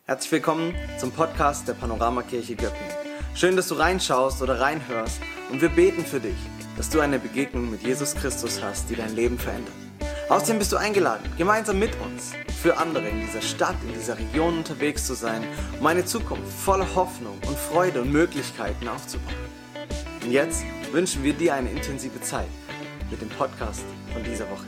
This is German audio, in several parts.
Herzlich willkommen zum Podcast der Panoramakirche Göppingen. Schön, dass du reinschaust oder reinhörst und wir beten für dich, dass du eine Begegnung mit Jesus Christus hast, die dein Leben verändert. Außerdem bist du eingeladen, gemeinsam mit uns für andere in dieser Stadt, in dieser Region unterwegs zu sein, um eine Zukunft voller Hoffnung und Freude und Möglichkeiten aufzubauen. Und jetzt wünschen wir dir eine intensive Zeit mit dem Podcast von dieser Woche.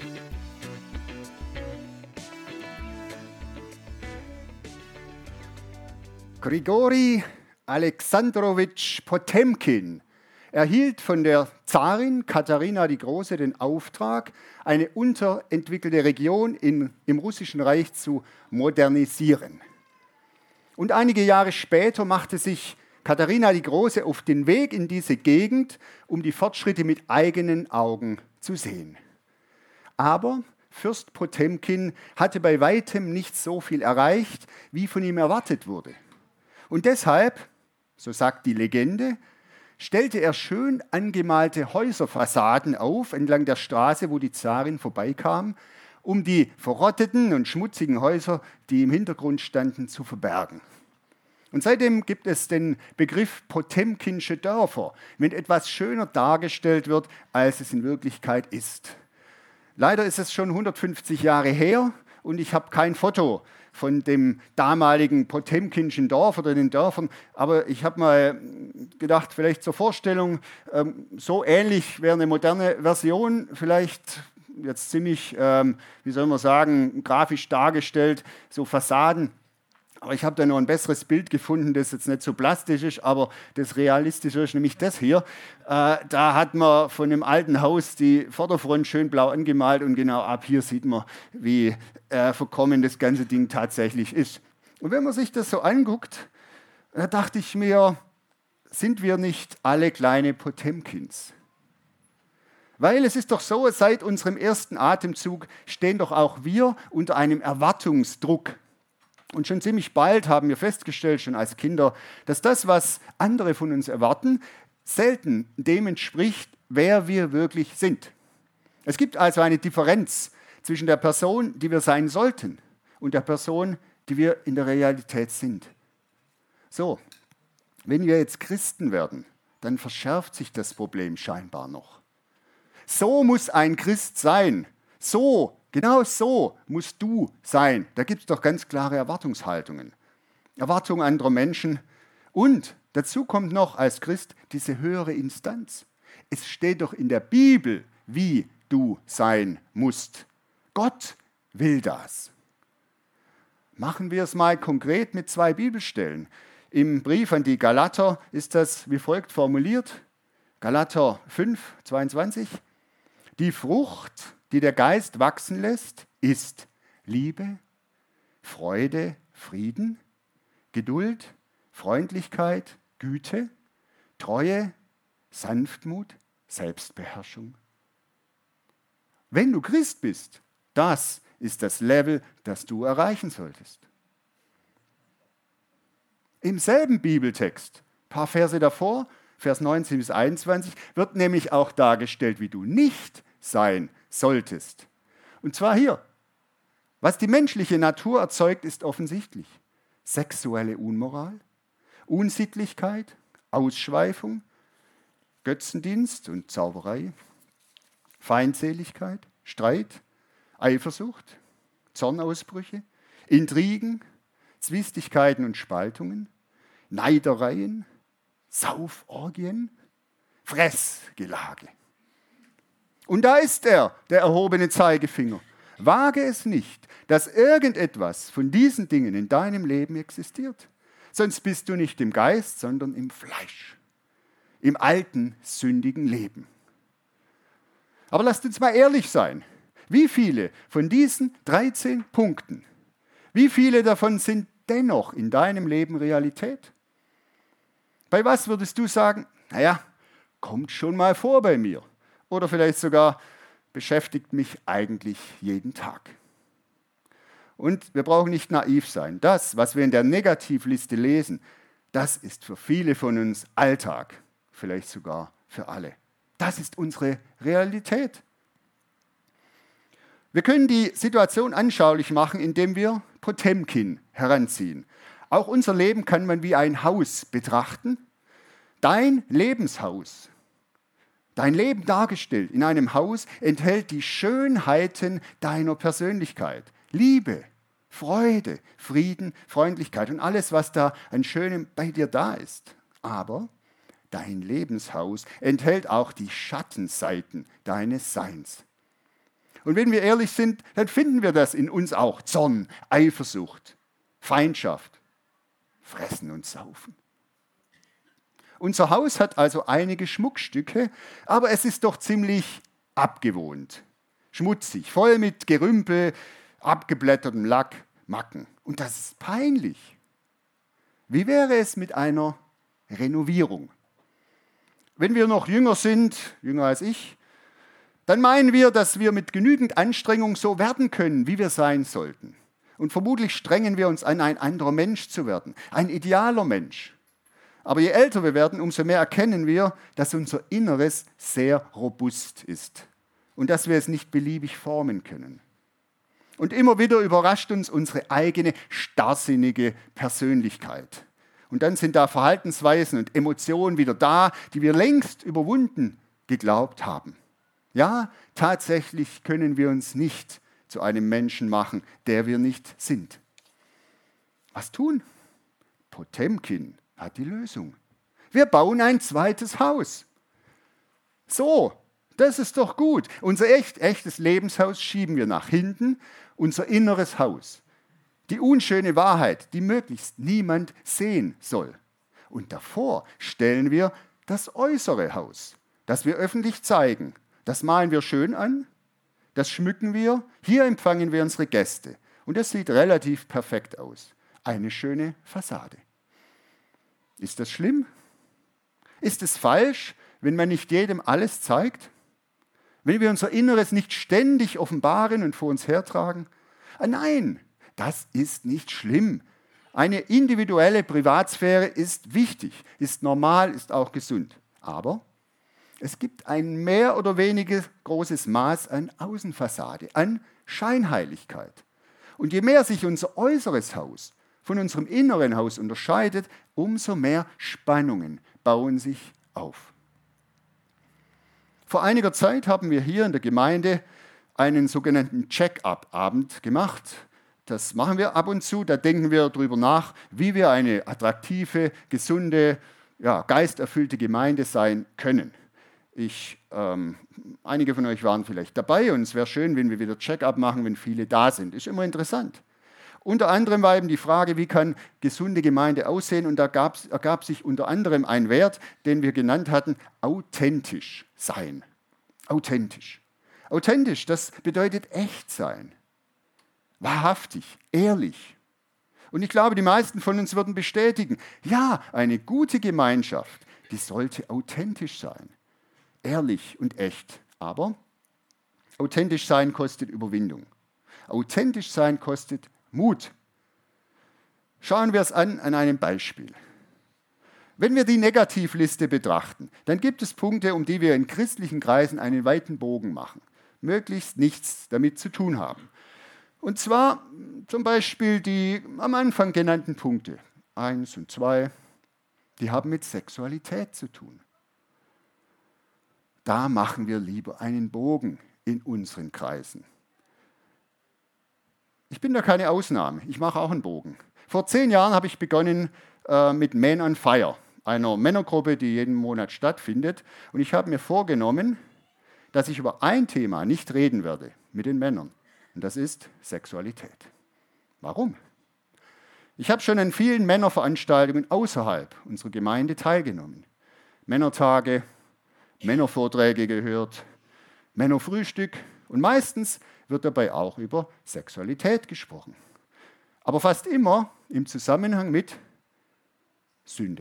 Grigori Alexandrowitsch Potemkin erhielt von der Zarin Katharina die Große den Auftrag, eine unterentwickelte Region im Russischen Reich zu modernisieren. Und einige Jahre später machte sich Katharina die Große auf den Weg in diese Gegend, um die Fortschritte mit eigenen Augen zu sehen. Aber Fürst Potemkin hatte bei weitem nicht so viel erreicht, wie von ihm erwartet wurde. Und deshalb, so sagt die Legende, stellte er schön angemalte Häuserfassaden auf entlang der Straße, wo die Zarin vorbeikam, um die verrotteten und schmutzigen Häuser, die im Hintergrund standen, zu verbergen. Und seitdem gibt es den Begriff Potemkinsche Dörfer, wenn etwas schöner dargestellt wird, als es in Wirklichkeit ist. Leider ist es schon 150 Jahre her und ich habe kein Foto von dem damaligen Potemkinschen Dorf oder den Dörfern. Aber ich habe mal gedacht, vielleicht zur Vorstellung, so ähnlich wäre eine moderne Version, vielleicht jetzt ziemlich, wie soll man sagen, grafisch dargestellt, so Fassaden. Aber ich habe da noch ein besseres Bild gefunden, das jetzt nicht so plastisch ist, aber das realistische ist nämlich das hier. Da hat man von einem alten Haus die Vorderfront schön blau angemalt und genau ab hier sieht man, wie verkommen das ganze Ding tatsächlich ist. Und wenn man sich das so anguckt, da dachte ich mir, sind wir nicht alle kleine Potemkins? Weil es ist doch so, seit unserem ersten Atemzug stehen doch auch wir unter einem Erwartungsdruck. Und schon ziemlich bald haben wir festgestellt, schon als Kinder, dass das, was andere von uns erwarten, selten dem entspricht, wer wir wirklich sind. Es gibt also eine Differenz zwischen der Person, die wir sein sollten, und der Person, die wir in der Realität sind. So, wenn wir jetzt Christen werden, dann verschärft sich das Problem scheinbar noch. So muss ein Christ sein. Genau so musst du sein. Da gibt es doch ganz klare Erwartungshaltungen. Erwartungen anderer Menschen. Und dazu kommt noch als Christ diese höhere Instanz. Es steht doch in der Bibel, wie du sein musst. Gott will das. Machen wir es mal konkret mit 2 Bibelstellen. Im Brief an die Galater ist das wie folgt formuliert. Galater 5, 22. Die Frucht, die der Geist wachsen lässt, ist Liebe, Freude, Frieden, Geduld, Freundlichkeit, Güte, Treue, Sanftmut, Selbstbeherrschung. Wenn du Christ bist, das ist das Level, das du erreichen solltest. Im selben Bibeltext, ein paar Verse davor, Vers 19 bis 21, wird nämlich auch dargestellt, wie du nicht sein solltest. Und zwar hier. Was die menschliche Natur erzeugt, ist offensichtlich. Sexuelle Unmoral, Unsittlichkeit, Ausschweifung, Götzendienst und Zauberei, Feindseligkeit, Streit, Eifersucht, Zornausbrüche, Intrigen, Zwistigkeiten und Spaltungen, Neidereien, Sauforgien, Fressgelage. Und da ist er, der erhobene Zeigefinger. Wage es nicht, dass irgendetwas von diesen Dingen in deinem Leben existiert. Sonst bist du nicht im Geist, sondern im Fleisch. Im alten, sündigen Leben. Aber lasst uns mal ehrlich sein. Wie viele von diesen 13 Punkten, wie viele davon sind dennoch in deinem Leben Realität? Bei was würdest du sagen, naja, kommt schon mal vor bei mir? Oder vielleicht sogar beschäftigt mich eigentlich jeden Tag. Und wir brauchen nicht naiv sein. Das, was wir in der Negativliste lesen, das ist für viele von uns Alltag, vielleicht sogar für alle. Das ist unsere Realität. Wir können die Situation anschaulich machen, indem wir Potemkin heranziehen. Auch unser Leben kann man wie ein Haus betrachten. Dein Lebenshaus, dein Leben dargestellt in einem Haus, enthält die Schönheiten deiner Persönlichkeit. Liebe, Freude, Frieden, Freundlichkeit und alles, was da an Schönem bei dir da ist. Aber dein Lebenshaus enthält auch die Schattenseiten deines Seins. Und wenn wir ehrlich sind, dann finden wir das in uns auch. Zorn, Eifersucht, Feindschaft, Fressen und Saufen. Unser Haus hat also einige Schmuckstücke, aber es ist doch ziemlich abgewohnt, schmutzig, voll mit Gerümpel, abgeblättertem Lack, Macken. Und das ist peinlich. Wie wäre es mit einer Renovierung? Wenn wir noch jünger sind, jünger als ich, dann meinen wir, dass wir mit genügend Anstrengung so werden können, wie wir sein sollten. Und vermutlich strengen wir uns an, ein anderer Mensch zu werden, ein idealer Mensch. Aber je älter wir werden, umso mehr erkennen wir, dass unser Inneres sehr robust ist und dass wir es nicht beliebig formen können. Und immer wieder überrascht uns unsere eigene starrsinnige Persönlichkeit. Und dann sind da Verhaltensweisen und Emotionen wieder da, die wir längst überwunden geglaubt haben. Ja, tatsächlich können wir uns nicht zu einem Menschen machen, der wir nicht sind. Was tun? Potemkin hat die Lösung. Wir bauen ein zweites Haus. So, das ist doch gut. Unser echtes Lebenshaus schieben wir nach hinten, unser inneres Haus. Die unschöne Wahrheit, die möglichst niemand sehen soll. Und davor stellen wir das äußere Haus, das wir öffentlich zeigen. Das malen wir schön an, das schmücken wir, hier empfangen wir unsere Gäste. Und das sieht relativ perfekt aus. Eine schöne Fassade. Ist das schlimm? Ist es falsch, wenn man nicht jedem alles zeigt? Wenn wir unser Inneres nicht ständig offenbaren und vor uns hertragen? Nein, das ist nicht schlimm. Eine individuelle Privatsphäre ist wichtig, ist normal, ist auch gesund. Aber es gibt ein mehr oder weniger großes Maß an Außenfassade, an Scheinheiligkeit. Und je mehr sich unser äußeres Haus von unserem inneren Haus unterscheidet, umso mehr Spannungen bauen sich auf. Vor einiger Zeit haben wir hier in der Gemeinde einen sogenannten Check-up-Abend gemacht. Das machen wir ab und zu, da denken wir darüber nach, wie wir eine attraktive, gesunde, geisterfüllte Gemeinde sein können. Einige von euch waren vielleicht dabei und es wäre schön, wenn wir wieder Check-up machen, wenn viele da sind. Ist immer interessant. Unter anderem war eben die Frage, wie kann gesunde Gemeinde aussehen? Und da ergab sich unter anderem ein Wert, den wir genannt hatten, authentisch sein. Authentisch. Authentisch, das bedeutet echt sein. Wahrhaftig, ehrlich. Und ich glaube, die meisten von uns würden bestätigen, ja, eine gute Gemeinschaft, die sollte authentisch sein. Ehrlich und echt. Aber authentisch sein kostet Überwindung. Authentisch sein kostet Mut. Schauen wir es an einem Beispiel. Wenn wir die Negativliste betrachten, dann gibt es Punkte, um die wir in christlichen Kreisen einen weiten Bogen machen. Möglichst nichts damit zu tun haben. Und zwar zum Beispiel die am Anfang genannten Punkte, 1 und 2, die haben mit Sexualität zu tun. Da machen wir lieber einen Bogen in unseren Kreisen. Ich bin da keine Ausnahme, ich mache auch einen Bogen. Vor 10 Jahren habe ich begonnen mit Men on Fire, einer Männergruppe, die jeden Monat stattfindet. Und ich habe mir vorgenommen, dass ich über ein Thema nicht reden werde mit den Männern. Und das ist Sexualität. Warum? Ich habe schon an vielen Männerveranstaltungen außerhalb unserer Gemeinde teilgenommen. Männertage, Männervorträge gehört, Männerfrühstück und meistens wird dabei auch über Sexualität gesprochen. Aber fast immer im Zusammenhang mit Sünde.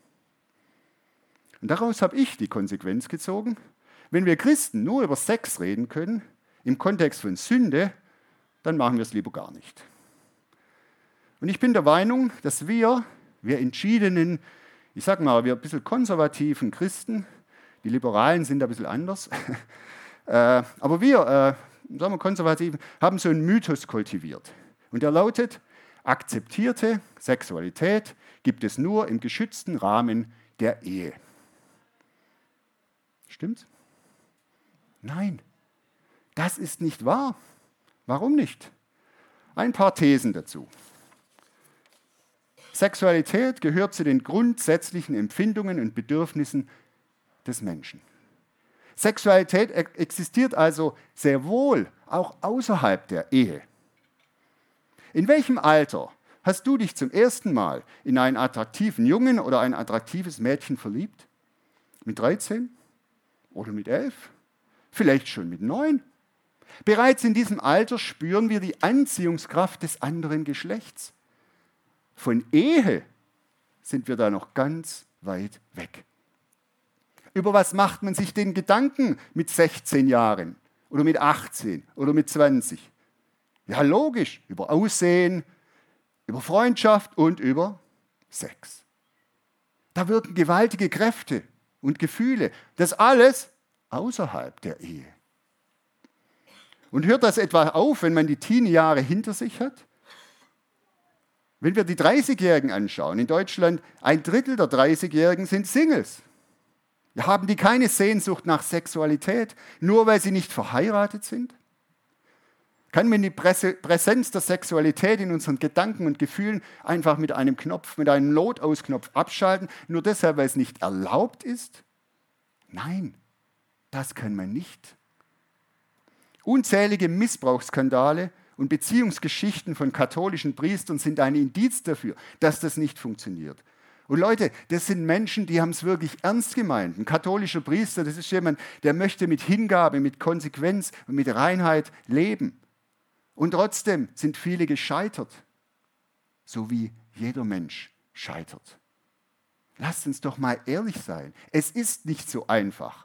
Und daraus habe ich die Konsequenz gezogen, wenn wir Christen nur über Sex reden können, im Kontext von Sünde, dann machen wir es lieber gar nicht. Und ich bin der Meinung, dass wir entschiedenen, wir ein bisschen konservativen Christen, die Liberalen sind ein bisschen anders, aber wir Konservativen, haben so einen Mythos kultiviert. Und er lautet: Akzeptierte Sexualität gibt es nur im geschützten Rahmen der Ehe. Stimmt's? Nein, das ist nicht wahr. Warum nicht? Ein paar Thesen dazu. Sexualität gehört zu den grundsätzlichen Empfindungen und Bedürfnissen des Menschen. Sexualität existiert also sehr wohl auch außerhalb der Ehe. In welchem Alter hast du dich zum ersten Mal in einen attraktiven Jungen oder ein attraktives Mädchen verliebt? Mit 13? Oder mit 11? Vielleicht schon mit 9? Bereits in diesem Alter spüren wir die Anziehungskraft des anderen Geschlechts. Von Ehe sind wir da noch ganz weit weg. Über was macht man sich denn Gedanken mit 16 Jahren oder mit 18 oder mit 20? Ja, logisch, über Aussehen, über Freundschaft und über Sex. Da wirken gewaltige Kräfte und Gefühle. Das alles außerhalb der Ehe. Und hört das etwa auf, wenn man die Teenie-Jahre hinter sich hat? Wenn wir die 30-Jährigen anschauen, in Deutschland 1/3 der 30-Jährigen sind Singles. Haben die keine Sehnsucht nach Sexualität, nur weil sie nicht verheiratet sind? Kann man die Präsenz der Sexualität in unseren Gedanken und Gefühlen einfach mit einem Knopf, mit einem Notausknopf abschalten, nur deshalb, weil es nicht erlaubt ist? Nein, das kann man nicht. Unzählige Missbrauchsskandale und Beziehungsgeschichten von katholischen Priestern sind ein Indiz dafür, dass das nicht funktioniert. Und Leute, das sind Menschen, die haben es wirklich ernst gemeint. Ein katholischer Priester, das ist jemand, der möchte mit Hingabe, mit Konsequenz und mit Reinheit leben. Und trotzdem sind viele gescheitert, so wie jeder Mensch scheitert. Lasst uns doch mal ehrlich sein. Es ist nicht so einfach.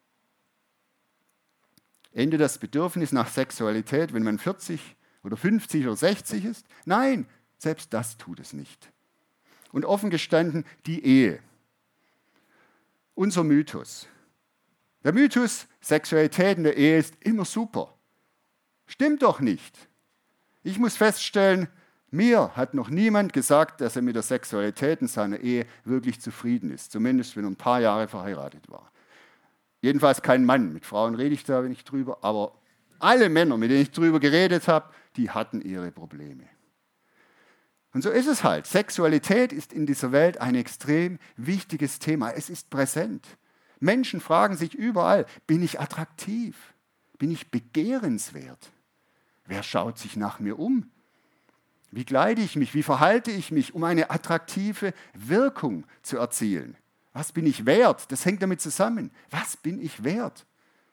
Endet das Bedürfnis nach Sexualität, wenn man 40 oder 50 oder 60 ist? Nein, selbst das tut es nicht. Und offen gestanden, die Ehe. Unser Mythos. Der Mythos, Sexualität in der Ehe ist immer super. Stimmt doch nicht. Ich muss feststellen, mir hat noch niemand gesagt, dass er mit der Sexualität in seiner Ehe wirklich zufrieden ist. Zumindest, wenn er ein paar Jahre verheiratet war. Jedenfalls kein Mann. Mit Frauen rede ich da nicht drüber. Aber alle Männer, mit denen ich drüber geredet habe, die hatten ihre Probleme. Und so ist es halt. Sexualität ist in dieser Welt ein extrem wichtiges Thema. Es ist präsent. Menschen fragen sich überall, bin ich attraktiv? Bin ich begehrenswert? Wer schaut sich nach mir um? Wie kleide ich mich? Wie verhalte ich mich, um eine attraktive Wirkung zu erzielen? Was bin ich wert? Das hängt damit zusammen. Was bin ich wert?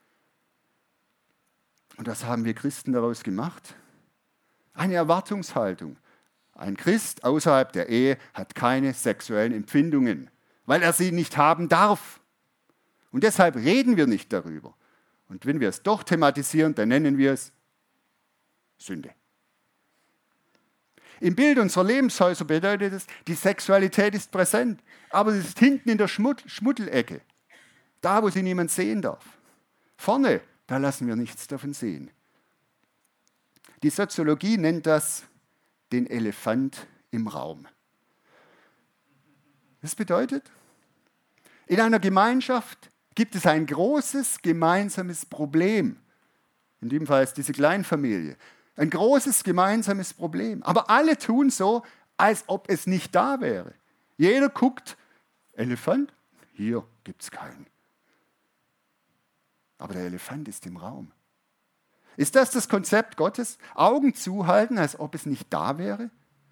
Und was haben wir Christen daraus gemacht? Eine Erwartungshaltung. Ein Christ außerhalb der Ehe hat keine sexuellen Empfindungen, weil er sie nicht haben darf. Und deshalb reden wir nicht darüber. Und wenn wir es doch thematisieren, dann nennen wir es Sünde. Im Bild unserer Lebenshäuser bedeutet es, die Sexualität ist präsent, aber sie ist hinten in der Schmuddelecke, da wo sie niemand sehen darf. Vorne, da lassen wir nichts davon sehen. Die Soziologie nennt das den Elefant im Raum. Das bedeutet, in einer Gemeinschaft gibt es ein großes gemeinsames Problem. In dem Fall ist diese Kleinfamilie. Ein großes gemeinsames Problem. Aber alle tun so, als ob es nicht da wäre. Jeder guckt, Elefant, hier gibt es keinen. Aber der Elefant ist im Raum. Ist das das Konzept Gottes? Augen zuhalten, als ob es nicht da wäre?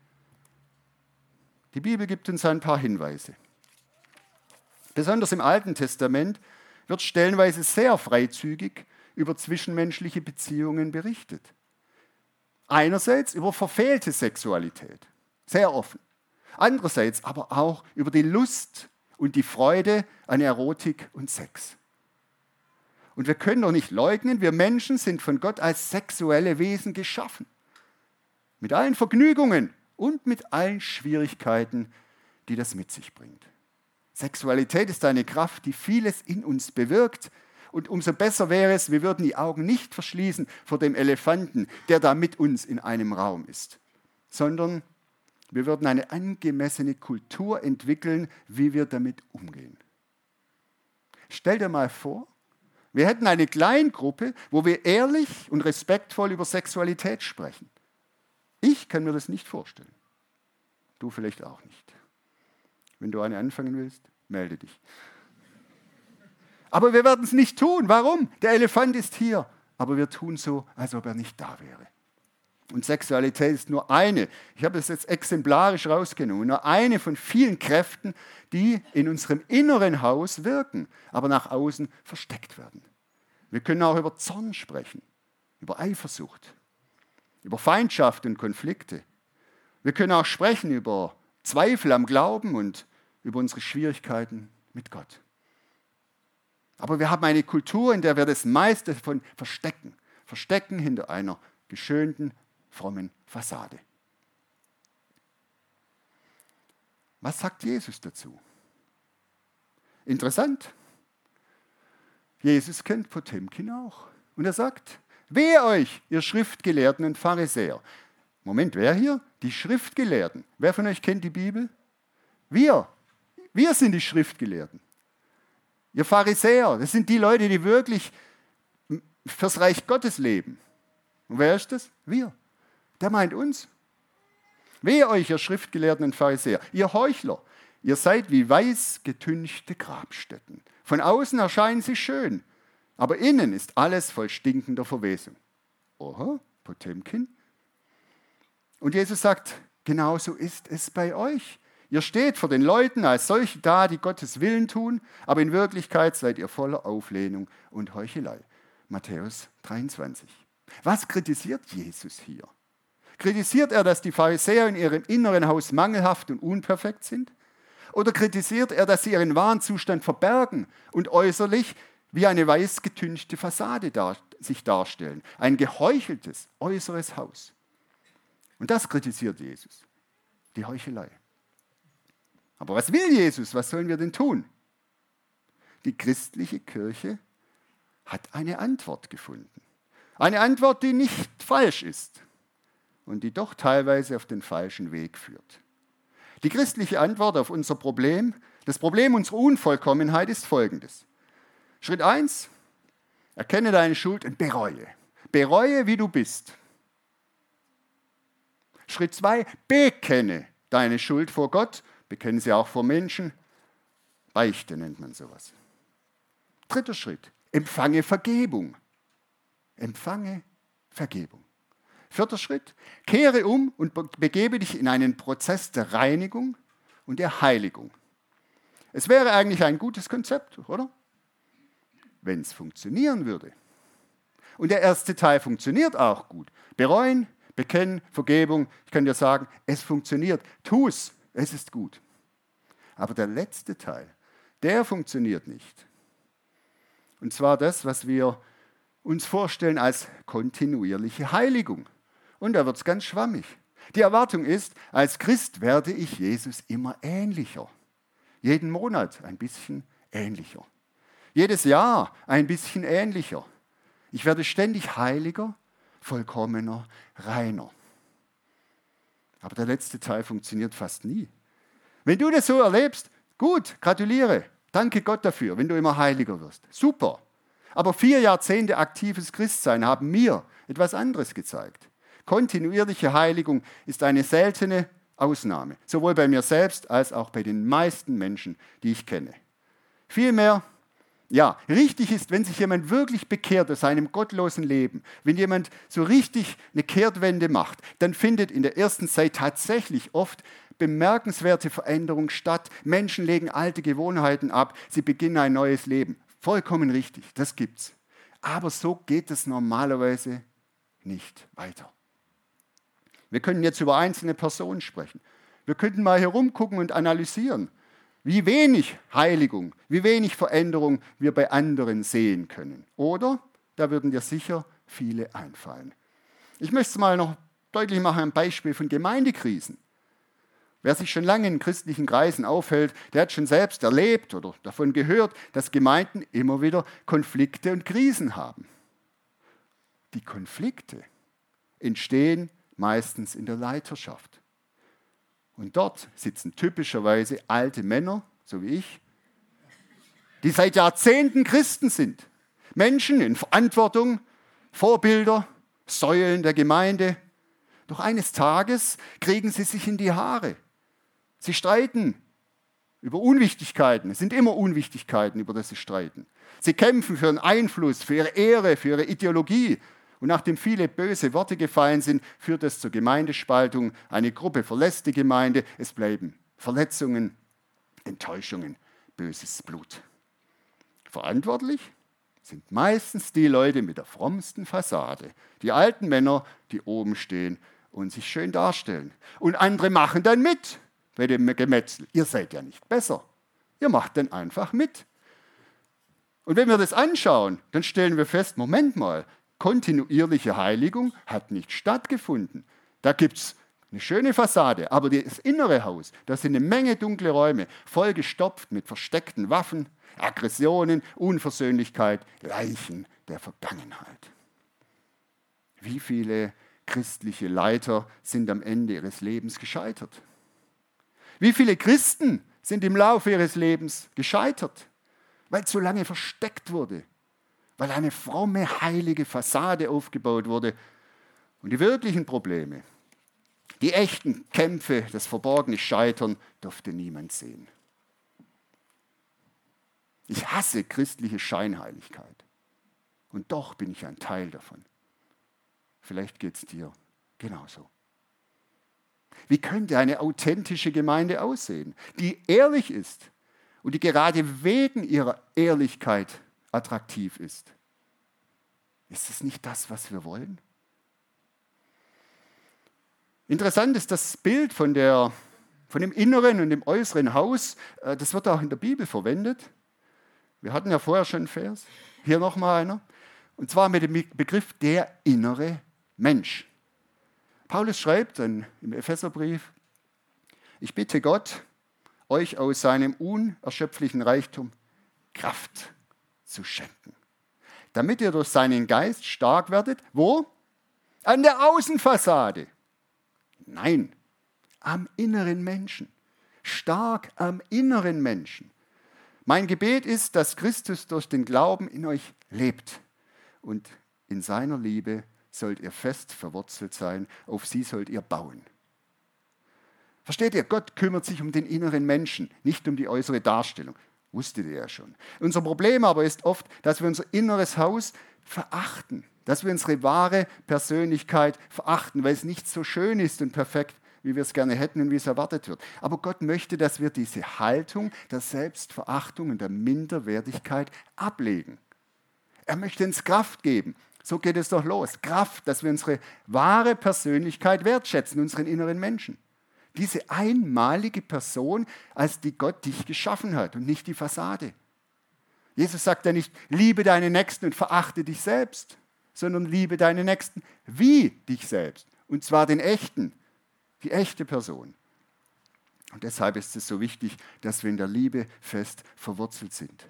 Die Bibel gibt uns ein paar Hinweise. Besonders im Alten Testament wird stellenweise sehr freizügig über zwischenmenschliche Beziehungen berichtet. Einerseits über verfehlte Sexualität, sehr offen. Andererseits aber auch über die Lust und die Freude an Erotik und Sex. Und wir können doch nicht leugnen, wir Menschen sind von Gott als sexuelle Wesen geschaffen. Mit allen Vergnügungen und mit allen Schwierigkeiten, die das mit sich bringt. Sexualität ist eine Kraft, die vieles in uns bewirkt. Und umso besser wäre es, wir würden die Augen nicht verschließen vor dem Elefanten, der da mit uns in einem Raum ist. sondern wir würden eine angemessene Kultur entwickeln, wie wir damit umgehen. Stell dir mal vor, wir hätten eine Kleingruppe, wo wir ehrlich und respektvoll über Sexualität sprechen. Ich kann mir das nicht vorstellen. Du vielleicht auch nicht. Wenn du eine anfangen willst, melde dich. Aber wir werden es nicht tun. Warum? Der Elefant ist hier. Aber wir tun so, als ob er nicht da wäre. Und Sexualität ist nur eine, ich habe es jetzt exemplarisch rausgenommen, nur eine von vielen Kräften, die in unserem inneren Haus wirken, aber nach außen versteckt werden. Wir können auch über Zorn sprechen, über Eifersucht, über Feindschaft und Konflikte. Wir können auch sprechen über Zweifel am Glauben und über unsere Schwierigkeiten mit Gott. Aber wir haben eine Kultur, in der wir das meiste davon verstecken hinter einer geschönten, frommen Fassade. Was sagt Jesus dazu? Interessant. Jesus kennt Potemkin auch. Und er sagt, wehe euch, ihr Schriftgelehrten und Pharisäer. Moment, wer hier? Die Schriftgelehrten. Wer von euch kennt die Bibel? Wir sind die Schriftgelehrten. Ihr Pharisäer, das sind die Leute, die wirklich fürs Reich Gottes leben. Und wer ist das? Wir. Der meint uns. Wehe euch, ihr Schriftgelehrten und Pharisäer, ihr Heuchler, ihr seid wie weiß getünchte Grabstätten. Von außen erscheinen sie schön, aber innen ist alles voll stinkender Verwesung. Oha, Potemkin. Und Jesus sagt, genauso ist es bei euch. Ihr steht vor den Leuten als solche da, die Gottes Willen tun, aber in Wirklichkeit seid ihr voller Auflehnung und Heuchelei. Matthäus 23. Was kritisiert Jesus hier? Kritisiert er, dass die Pharisäer in ihrem inneren Haus mangelhaft und unperfekt sind? Oder kritisiert er, dass sie ihren wahren Zustand verbergen und äußerlich wie eine weiß getünchte Fassade sich darstellen? Ein geheucheltes äußeres Haus. Und das kritisiert Jesus, die Heuchelei. Aber was will Jesus? Was sollen wir denn tun? Die christliche Kirche hat eine Antwort gefunden. Eine Antwort, die nicht falsch ist und die doch teilweise auf den falschen Weg führt. Die christliche Antwort auf unser Problem, das Problem unserer Unvollkommenheit ist folgendes. Schritt 1, erkenne deine Schuld und bereue. Bereue, wie du bist. Schritt 2, bekenne deine Schuld vor Gott, bekenne sie auch vor Menschen. Beichte nennt man sowas. 3. Schritt, empfange Vergebung. Empfange Vergebung. 4. Schritt, kehre um und begebe dich in einen Prozess der Reinigung und der Heiligung. Es wäre eigentlich ein gutes Konzept, oder? Wenn es funktionieren würde. Und der erste Teil funktioniert auch gut. Bereuen, bekennen, Vergebung. Ich kann dir sagen, es funktioniert. Tu es, es ist gut. Aber der letzte Teil, der funktioniert nicht. Und zwar das, was wir uns vorstellen als kontinuierliche Heiligung. Und da wird es ganz schwammig. Die Erwartung ist, als Christ werde ich Jesus immer ähnlicher. Jeden Monat ein bisschen ähnlicher. Jedes Jahr ein bisschen ähnlicher. Ich werde ständig heiliger, vollkommener, reiner. Aber der letzte Teil funktioniert fast nie. Wenn du das so erlebst, gut, gratuliere. Danke Gott dafür, wenn du immer heiliger wirst. Super. Aber 4 Jahrzehnte aktives Christsein haben mir etwas anderes gezeigt. Kontinuierliche Heiligung ist eine seltene Ausnahme, sowohl bei mir selbst als auch bei den meisten Menschen, die ich kenne. Vielmehr, ja, richtig ist, wenn sich jemand wirklich bekehrt aus seinem gottlosen Leben, wenn jemand so richtig eine Kehrtwende macht, dann findet in der ersten Zeit tatsächlich oft bemerkenswerte Veränderung statt. Menschen legen alte Gewohnheiten ab, sie beginnen ein neues Leben. Vollkommen richtig, das gibt's. Aber so geht es normalerweise nicht weiter. Wir können jetzt über einzelne Personen sprechen. Wir könnten mal herumgucken und analysieren, wie wenig Heiligung, wie wenig Veränderung wir bei anderen sehen können. Oder, da würden dir sicher viele einfallen. Ich möchte es mal noch deutlich machen, ein Beispiel von Gemeindekrisen. Wer sich schon lange in christlichen Kreisen aufhält, der hat schon selbst erlebt oder davon gehört, dass Gemeinden immer wieder Konflikte und Krisen haben. Die Konflikte entstehen meistens in der Leiterschaft. Und dort sitzen typischerweise alte Männer, so wie ich, die seit Jahrzehnten Christen sind. Menschen in Verantwortung, Vorbilder, Säulen der Gemeinde. Doch eines Tages kriegen sie sich in die Haare. Sie streiten über Unwichtigkeiten. Es sind immer Unwichtigkeiten, über das sie streiten. Sie kämpfen für einen Einfluss, für ihre Ehre, für ihre Ideologie. Und nachdem viele böse Worte gefallen sind, führt es zur Gemeindespaltung. Eine Gruppe verlässt die Gemeinde. Es bleiben Verletzungen, Enttäuschungen, böses Blut. Verantwortlich sind meistens die Leute mit der frommsten Fassade. Die alten Männer, die oben stehen und sich schön darstellen. Und andere machen dann mit bei dem Gemetzel. Ihr seid ja nicht besser. Ihr macht dann einfach mit. Und wenn wir das anschauen, dann stellen wir fest, Moment mal, kontinuierliche Heiligung hat nicht stattgefunden. Da gibt es eine schöne Fassade, aber das innere Haus, da sind eine Menge dunkle Räume, vollgestopft mit versteckten Waffen, Aggressionen, Unversöhnlichkeit, Leichen der Vergangenheit. Wie viele christliche Leiter sind am Ende ihres Lebens gescheitert? Wie viele Christen sind im Laufe ihres Lebens gescheitert, weil zu lange versteckt wurde, weil eine fromme, heilige Fassade aufgebaut wurde und die wirklichen Probleme, die echten Kämpfe, das verborgene Scheitern durfte niemand sehen. Ich hasse christliche Scheinheiligkeit und doch bin ich ein Teil davon. Vielleicht geht es dir genauso. Wie könnte eine authentische Gemeinde aussehen, die ehrlich ist und die gerade wegen ihrer Ehrlichkeit attraktiv ist? Ist es nicht das, was wir wollen? Interessant ist das Bild von dem inneren und dem äußeren Haus. Das wird auch in der Bibel verwendet. Wir hatten ja vorher schon einen Vers. Hier nochmal einer. Und zwar mit dem Begriff der innere Mensch. Paulus schreibt dann im Epheserbrief: Ich bitte Gott, euch aus seinem unerschöpflichen Reichtum Kraft zu schenken, damit ihr durch seinen Geist stark werdet. Wo? An der Außenfassade. Nein, am inneren Menschen. Stark am inneren Menschen. Mein Gebet ist, dass Christus durch den Glauben in euch lebt. Und in seiner Liebe sollt ihr fest verwurzelt sein. Auf sie sollt ihr bauen. Versteht ihr? Gott kümmert sich um den inneren Menschen, nicht um die äußere Darstellung. Wusstet ihr ja schon. Unser Problem aber ist oft, dass wir unser inneres Haus verachten. Dass wir unsere wahre Persönlichkeit verachten, weil es nicht so schön ist und perfekt, wie wir es gerne hätten und wie es erwartet wird. Aber Gott möchte, dass wir diese Haltung der Selbstverachtung und der Minderwertigkeit ablegen. Er möchte uns Kraft geben. So geht es doch los. Kraft, dass wir unsere wahre Persönlichkeit wertschätzen, unseren inneren Menschen. Diese einmalige Person, als die Gott dich geschaffen hat und nicht die Fassade. Jesus sagt ja nicht, liebe deinen Nächsten und verachte dich selbst, sondern liebe deinen Nächsten wie dich selbst. Und zwar den echten, die echte Person. Und deshalb ist es so wichtig, dass wir in der Liebe fest verwurzelt sind.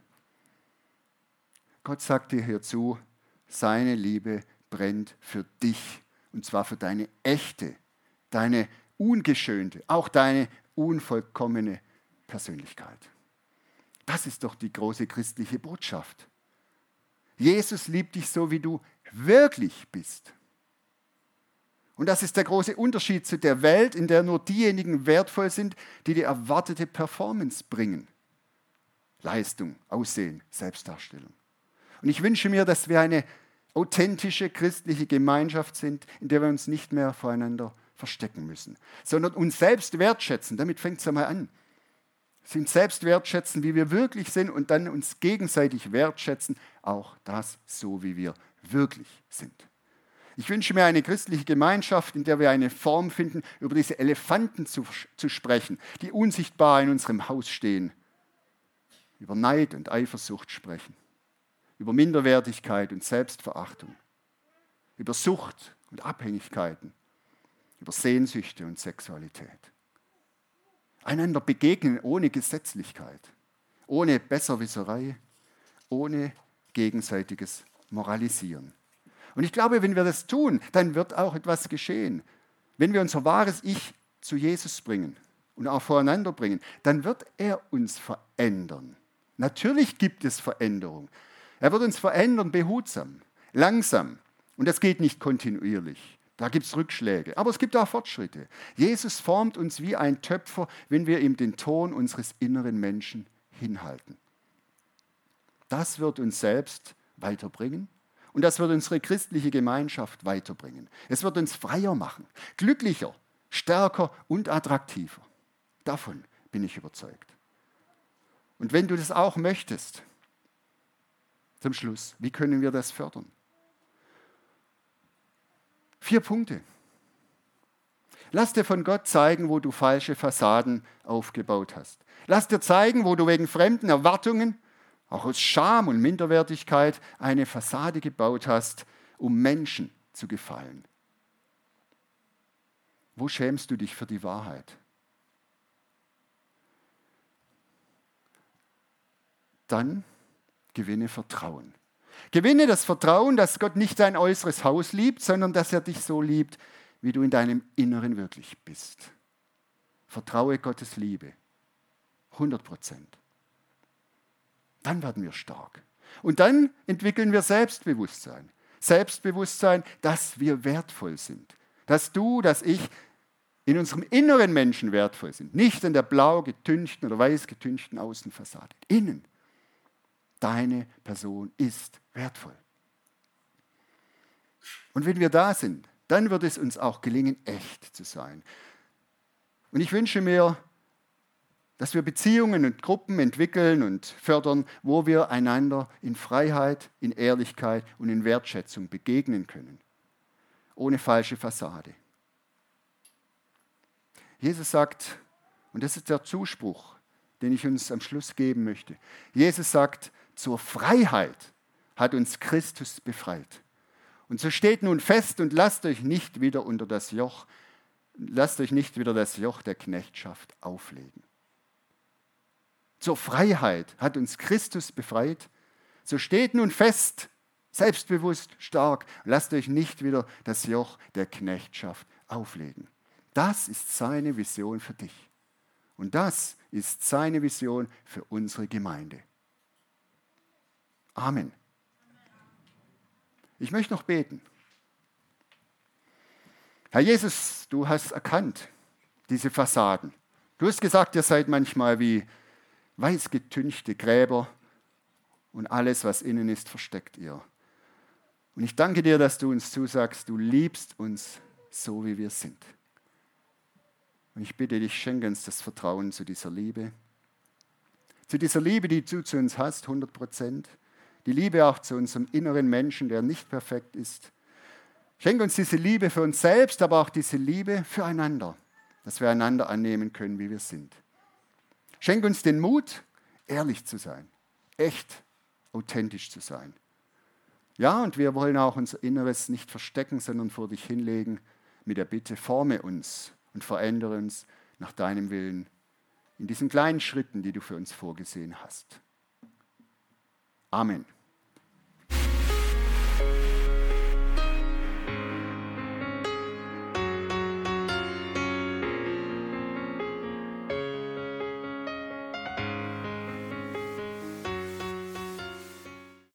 Gott sagt dir hierzu, seine Liebe brennt für dich. Und zwar für deine echte, deine ungeschönte, auch deine unvollkommene Persönlichkeit. Das ist doch die große christliche Botschaft. Jesus liebt dich so, wie du wirklich bist. Und das ist der große Unterschied zu der Welt, in der nur diejenigen wertvoll sind, die die erwartete Performance bringen. Leistung, Aussehen, Selbstdarstellung. Und ich wünsche mir, dass wir eine authentische christliche Gemeinschaft sind, in der wir uns nicht mehr voreinander verstecken müssen, sondern uns selbst wertschätzen. Damit fängt es einmal an. Uns selbst wertschätzen, wie wir wirklich sind und dann uns gegenseitig wertschätzen, auch das so, wie wir wirklich sind. Ich wünsche mir eine christliche Gemeinschaft, in der wir eine Form finden, über diese Elefanten zu sprechen, die unsichtbar in unserem Haus stehen. Über Neid und Eifersucht sprechen. Über Minderwertigkeit und Selbstverachtung. Über Sucht und Abhängigkeiten. Über Sehnsüchte und Sexualität. Einander begegnen ohne Gesetzlichkeit, ohne Besserwisserei, ohne gegenseitiges Moralisieren. Und ich glaube, wenn wir das tun, dann wird auch etwas geschehen. wenn wir unser wahres Ich zu Jesus bringen und auch voreinander bringen, dann wird er uns verändern. Natürlich gibt es Veränderung. Er wird uns verändern, behutsam, langsam. Und das geht nicht kontinuierlich. Da gibt es Rückschläge. Aber es gibt auch Fortschritte. Jesus formt uns wie ein Töpfer, wenn wir ihm den Ton unseres inneren Menschen hinhalten. Das wird uns selbst weiterbringen und das wird unsere christliche Gemeinschaft weiterbringen. Es wird uns freier machen, glücklicher, stärker und attraktiver. Davon bin ich überzeugt. Und wenn du das auch möchtest, zum Schluss, wie können wir das fördern? 4 Punkte. Lass dir von Gott zeigen, wo du falsche Fassaden aufgebaut hast. Lass dir zeigen, wo du wegen fremden Erwartungen, auch aus Scham und Minderwertigkeit, eine Fassade gebaut hast, um Menschen zu gefallen. Wo schämst du dich für die Wahrheit? Dann gewinne Vertrauen. Gewinne das Vertrauen, dass Gott nicht dein äußeres Haus liebt, sondern dass er dich so liebt, wie du in deinem Inneren wirklich bist. Vertraue Gottes Liebe. 100%. Dann werden wir stark. Und dann entwickeln wir Selbstbewusstsein. Selbstbewusstsein, dass wir wertvoll sind. Dass du, dass ich in unserem inneren Menschen wertvoll sind. Nicht in der blau getünchten oder weiß getünchten Außenfassade. Innen. Deine Person ist wertvoll. Und wenn wir da sind, dann wird es uns auch gelingen, echt zu sein. Und ich wünsche mir, dass wir Beziehungen und Gruppen entwickeln und fördern, wo wir einander in Freiheit, in Ehrlichkeit und in Wertschätzung begegnen können. Ohne falsche Fassade. Jesus sagt, und das ist der Zuspruch, den ich uns am Schluss geben möchte. Jesus sagt, zur Freiheit hat uns Christus befreit. Und so steht nun fest und lasst euch nicht wieder das Joch der Knechtschaft auflegen. Zur Freiheit hat uns Christus befreit. So steht nun fest, selbstbewusst, stark. Lasst euch nicht wieder das Joch der Knechtschaft auflegen. Das ist seine Vision für dich. Und das ist seine Vision für unsere Gemeinde. Amen. Ich möchte noch beten. Herr Jesus, du hast erkannt diese Fassaden. Du hast gesagt, ihr seid manchmal wie weiß getünchte Gräber und alles, was innen ist, versteckt ihr. Und ich danke dir, dass du uns zusagst, du liebst uns so, wie wir sind. Und ich bitte dich, schenke uns das Vertrauen zu dieser Liebe. Zu dieser Liebe, die du zu uns hast, 100%. Die Liebe auch zu unserem inneren Menschen, der nicht perfekt ist. Schenke uns diese Liebe für uns selbst, aber auch diese Liebe füreinander, dass wir einander annehmen können, wie wir sind. Schenke uns den Mut, ehrlich zu sein, echt, authentisch zu sein. Ja, und wir wollen auch unser Inneres nicht verstecken, sondern vor dich hinlegen mit der Bitte, forme uns und verändere uns nach deinem Willen in diesen kleinen Schritten, die du für uns vorgesehen hast. Amen.